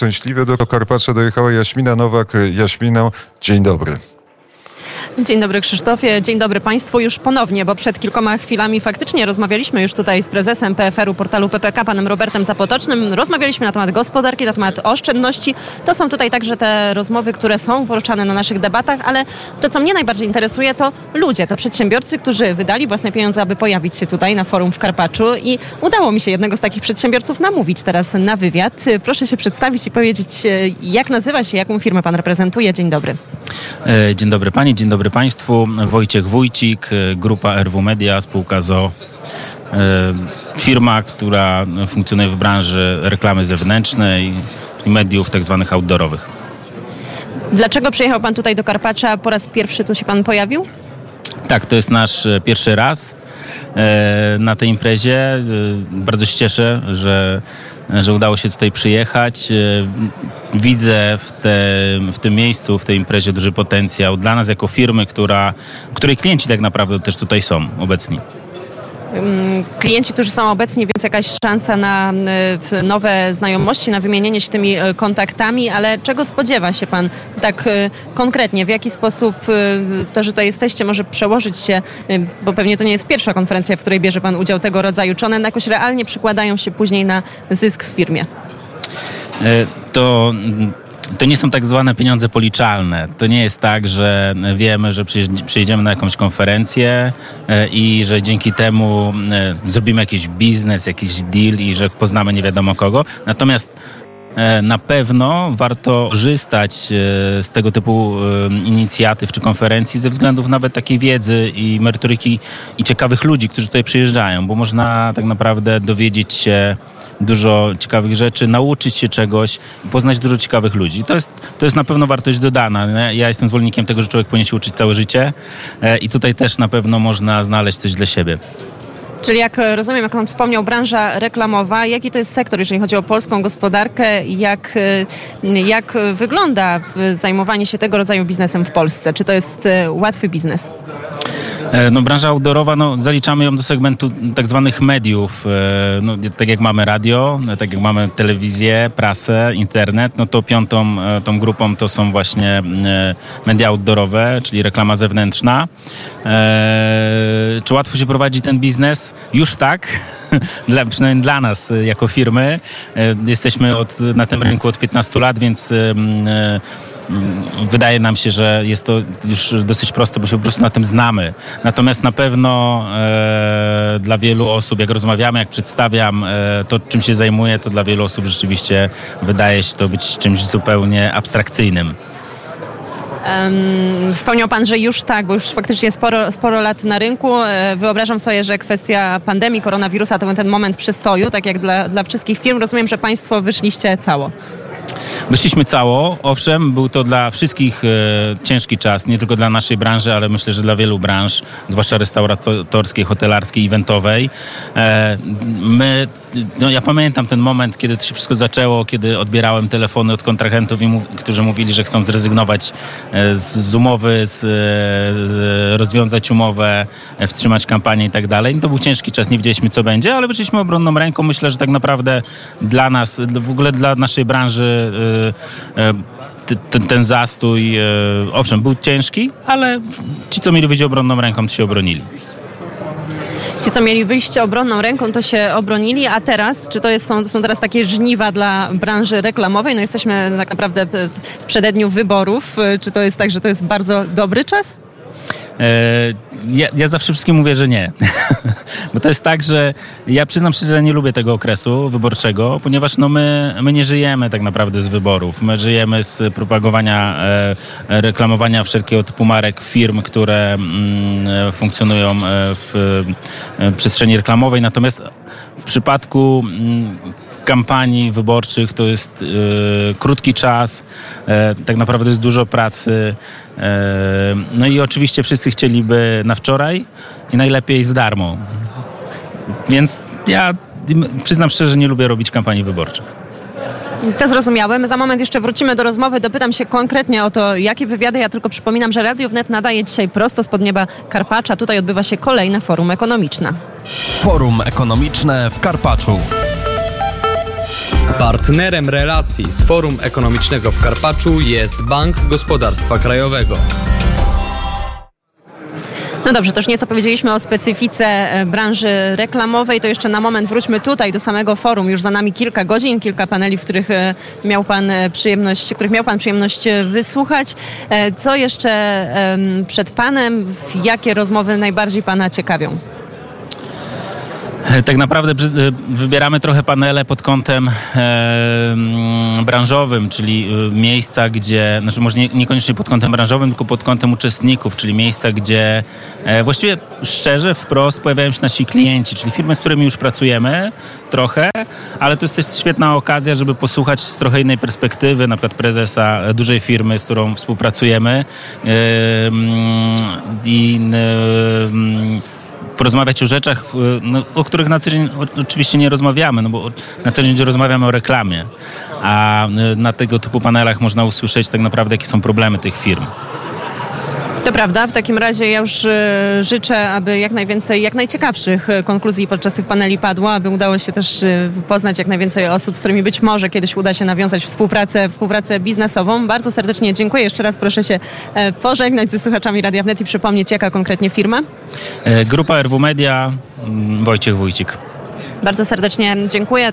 Szczęśliwie do Karpacza dojechała Jaśmina Nowak. Jaśmino, dzień dobry. Dzień dobry Krzysztofie, dzień dobry Państwu już ponownie, bo przed kilkoma chwilami faktycznie rozmawialiśmy już tutaj z prezesem PFR-u portalu PPK, panem Robertem Zapotocznym. Rozmawialiśmy na temat gospodarki, na temat oszczędności. To są tutaj także te rozmowy, które są poruszane na naszych debatach, ale to, co mnie najbardziej interesuje, to ludzie, to przedsiębiorcy, którzy wydali własne pieniądze, aby pojawić się tutaj na forum w Karpaczu i udało mi się jednego z takich przedsiębiorców namówić teraz na wywiad. Proszę się przedstawić i powiedzieć, jak nazywa się, jaką firmę pan reprezentuje. Dzień dobry. Dzień dobry pani, dzień dobry państwu. Wojciech Wójcik, grupa RW Media, spółka z.o.o. Firma, która funkcjonuje w branży reklamy zewnętrznej i mediów tak zwanych outdoorowych. Dlaczego przyjechał pan tutaj do Karpacza? Po raz pierwszy tu się pan pojawił? Tak, to jest nasz pierwszy raz na tej imprezie. Bardzo się cieszę, że udało się tutaj przyjechać. Widzę w tym miejscu, w tej imprezie duży potencjał dla nas jako firmy, której klienci tak naprawdę też tutaj są obecni. Klienci, którzy są obecni, więc jakaś szansa na nowe znajomości, na wymienienie się tymi kontaktami, ale czego spodziewa się pan tak konkretnie? W jaki sposób to, że tutaj jesteście, może przełożyć się, bo pewnie to nie jest pierwsza konferencja, w której bierze pan udział tego rodzaju, czy one jakoś realnie przykładają się później na zysk w firmie? To nie są tak zwane pieniądze policzalne. To nie jest tak, że wiemy, że przyjedziemy na jakąś konferencję i że dzięki temu zrobimy jakiś biznes, jakiś deal i że poznamy nie wiadomo kogo. Natomiast na pewno warto korzystać z tego typu inicjatyw czy konferencji ze względów nawet takiej wiedzy i merytoryki i ciekawych ludzi, którzy tutaj przyjeżdżają, bo można tak naprawdę dowiedzieć się dużo ciekawych rzeczy, nauczyć się czegoś, poznać dużo ciekawych ludzi. To jest na pewno wartość dodana. Ja jestem zwolennikiem tego, że człowiek powinien się uczyć całe życie i tutaj też na pewno można znaleźć coś dla siebie. Czyli jak rozumiem, jak on wspomniał, branża reklamowa, jaki to jest sektor, jeżeli chodzi o polską gospodarkę, jak wygląda zajmowanie się tego rodzaju biznesem w Polsce? Czy to jest łatwy biznes? Branża outdoorowa, zaliczamy ją do segmentu tak zwanych mediów. Tak jak mamy radio, tak jak mamy telewizję, prasę, internet, to piątą tą grupą to są właśnie media outdoorowe, czyli reklama zewnętrzna. Czy łatwo się prowadzi ten biznes? Już tak, przynajmniej dla nas jako firmy. Jesteśmy na tym rynku od 15 lat, więc wydaje nam się, że jest to już dosyć proste, bo się po prostu na tym znamy. Natomiast na pewno dla wielu osób, jak rozmawiamy, jak przedstawiam to, czym się zajmuję, to dla wielu osób rzeczywiście wydaje się to być czymś zupełnie abstrakcyjnym. Wspomniał pan, że już tak, bo już faktycznie sporo lat na rynku. Wyobrażam sobie, że kwestia pandemii, koronawirusa to był ten moment przystoju, tak jak dla wszystkich firm. Rozumiem, że państwo wyszliście cało. Wyszliśmy cało, owszem, był to dla wszystkich ciężki czas, nie tylko dla naszej branży, ale myślę, że dla wielu branż, zwłaszcza restauratorskiej, hotelarskiej, eventowej. Ja pamiętam ten moment, kiedy to się wszystko zaczęło, kiedy odbierałem telefony od kontrahentów, którzy mówili, że chcą zrezygnować z umowy, rozwiązać umowę, wstrzymać kampanię i tak dalej. To był ciężki czas, nie wiedzieliśmy, co będzie, ale wyszliśmy obronną ręką. Myślę, że tak naprawdę dla nas, w ogóle dla naszej branży ten zastój, owszem, był ciężki, ale ci, co mieli wyjść obronną ręką, to się obronili. Ci, co mieli wyjść obronną ręką, to się obronili, a teraz, czy to są teraz takie żniwa dla branży reklamowej? Jesteśmy tak naprawdę w przededniu wyborów. Czy to jest tak, że to jest bardzo dobry czas? Ja zawsze wszystkim mówię, że nie. Bo to jest tak, że ja przyznam szczerze, że nie lubię tego okresu wyborczego, ponieważ my nie żyjemy tak naprawdę z wyborów. My żyjemy z propagowania, reklamowania wszelkiego typu marek, firm, które funkcjonują w przestrzeni reklamowej. Natomiast w przypadku kampanii wyborczych to jest krótki czas, tak naprawdę jest dużo pracy. I oczywiście wszyscy chcieliby na wczoraj i najlepiej za darmo. Więc ja przyznam szczerze, że nie lubię robić kampanii wyborczych. To zrozumiałem. Za moment jeszcze wrócimy do rozmowy. Dopytam się konkretnie o to, jakie wywiady. Ja tylko przypominam, że Radio Wnet nadaje dzisiaj prosto spod nieba Karpacza. Tutaj odbywa się kolejne forum ekonomiczne. Forum ekonomiczne w Karpaczu. Partnerem relacji z Forum Ekonomicznego w Karpaczu jest Bank Gospodarstwa Krajowego. No dobrze, to już nieco powiedzieliśmy o specyfice branży reklamowej, to jeszcze na moment wróćmy tutaj do samego forum. Już za nami kilka godzin, kilka paneli, których miał Pan przyjemność wysłuchać. Co jeszcze przed Panem? Jakie rozmowy najbardziej Pana ciekawią? Tak naprawdę wybieramy trochę panele pod kątem branżowym, czyli miejsca, gdzie, znaczy może niekoniecznie pod kątem branżowym, tylko pod kątem uczestników, czyli miejsca, gdzie właściwie szczerze, wprost pojawiają się nasi klienci, czyli firmy, z którymi już pracujemy trochę, ale to jest też świetna okazja, żeby posłuchać z trochę innej perspektywy, na przykład prezesa dużej firmy, z którą współpracujemy porozmawiać o rzeczach, o których na co dzień oczywiście nie rozmawiamy, no bo na co dzień rozmawiamy o reklamie, a na tego typu panelach można usłyszeć tak naprawdę, jakie są problemy tych firm. To prawda, w takim razie ja już życzę, aby jak najwięcej, jak najciekawszych konkluzji podczas tych paneli padło, aby udało się też poznać jak najwięcej osób, z którymi być może kiedyś uda się nawiązać współpracę biznesową. Bardzo serdecznie dziękuję. Jeszcze raz proszę się pożegnać ze słuchaczami Radia Wnet i przypomnieć, jaka konkretnie firma? Grupa RW Media, Wojciech Wójcik. Bardzo serdecznie dziękuję.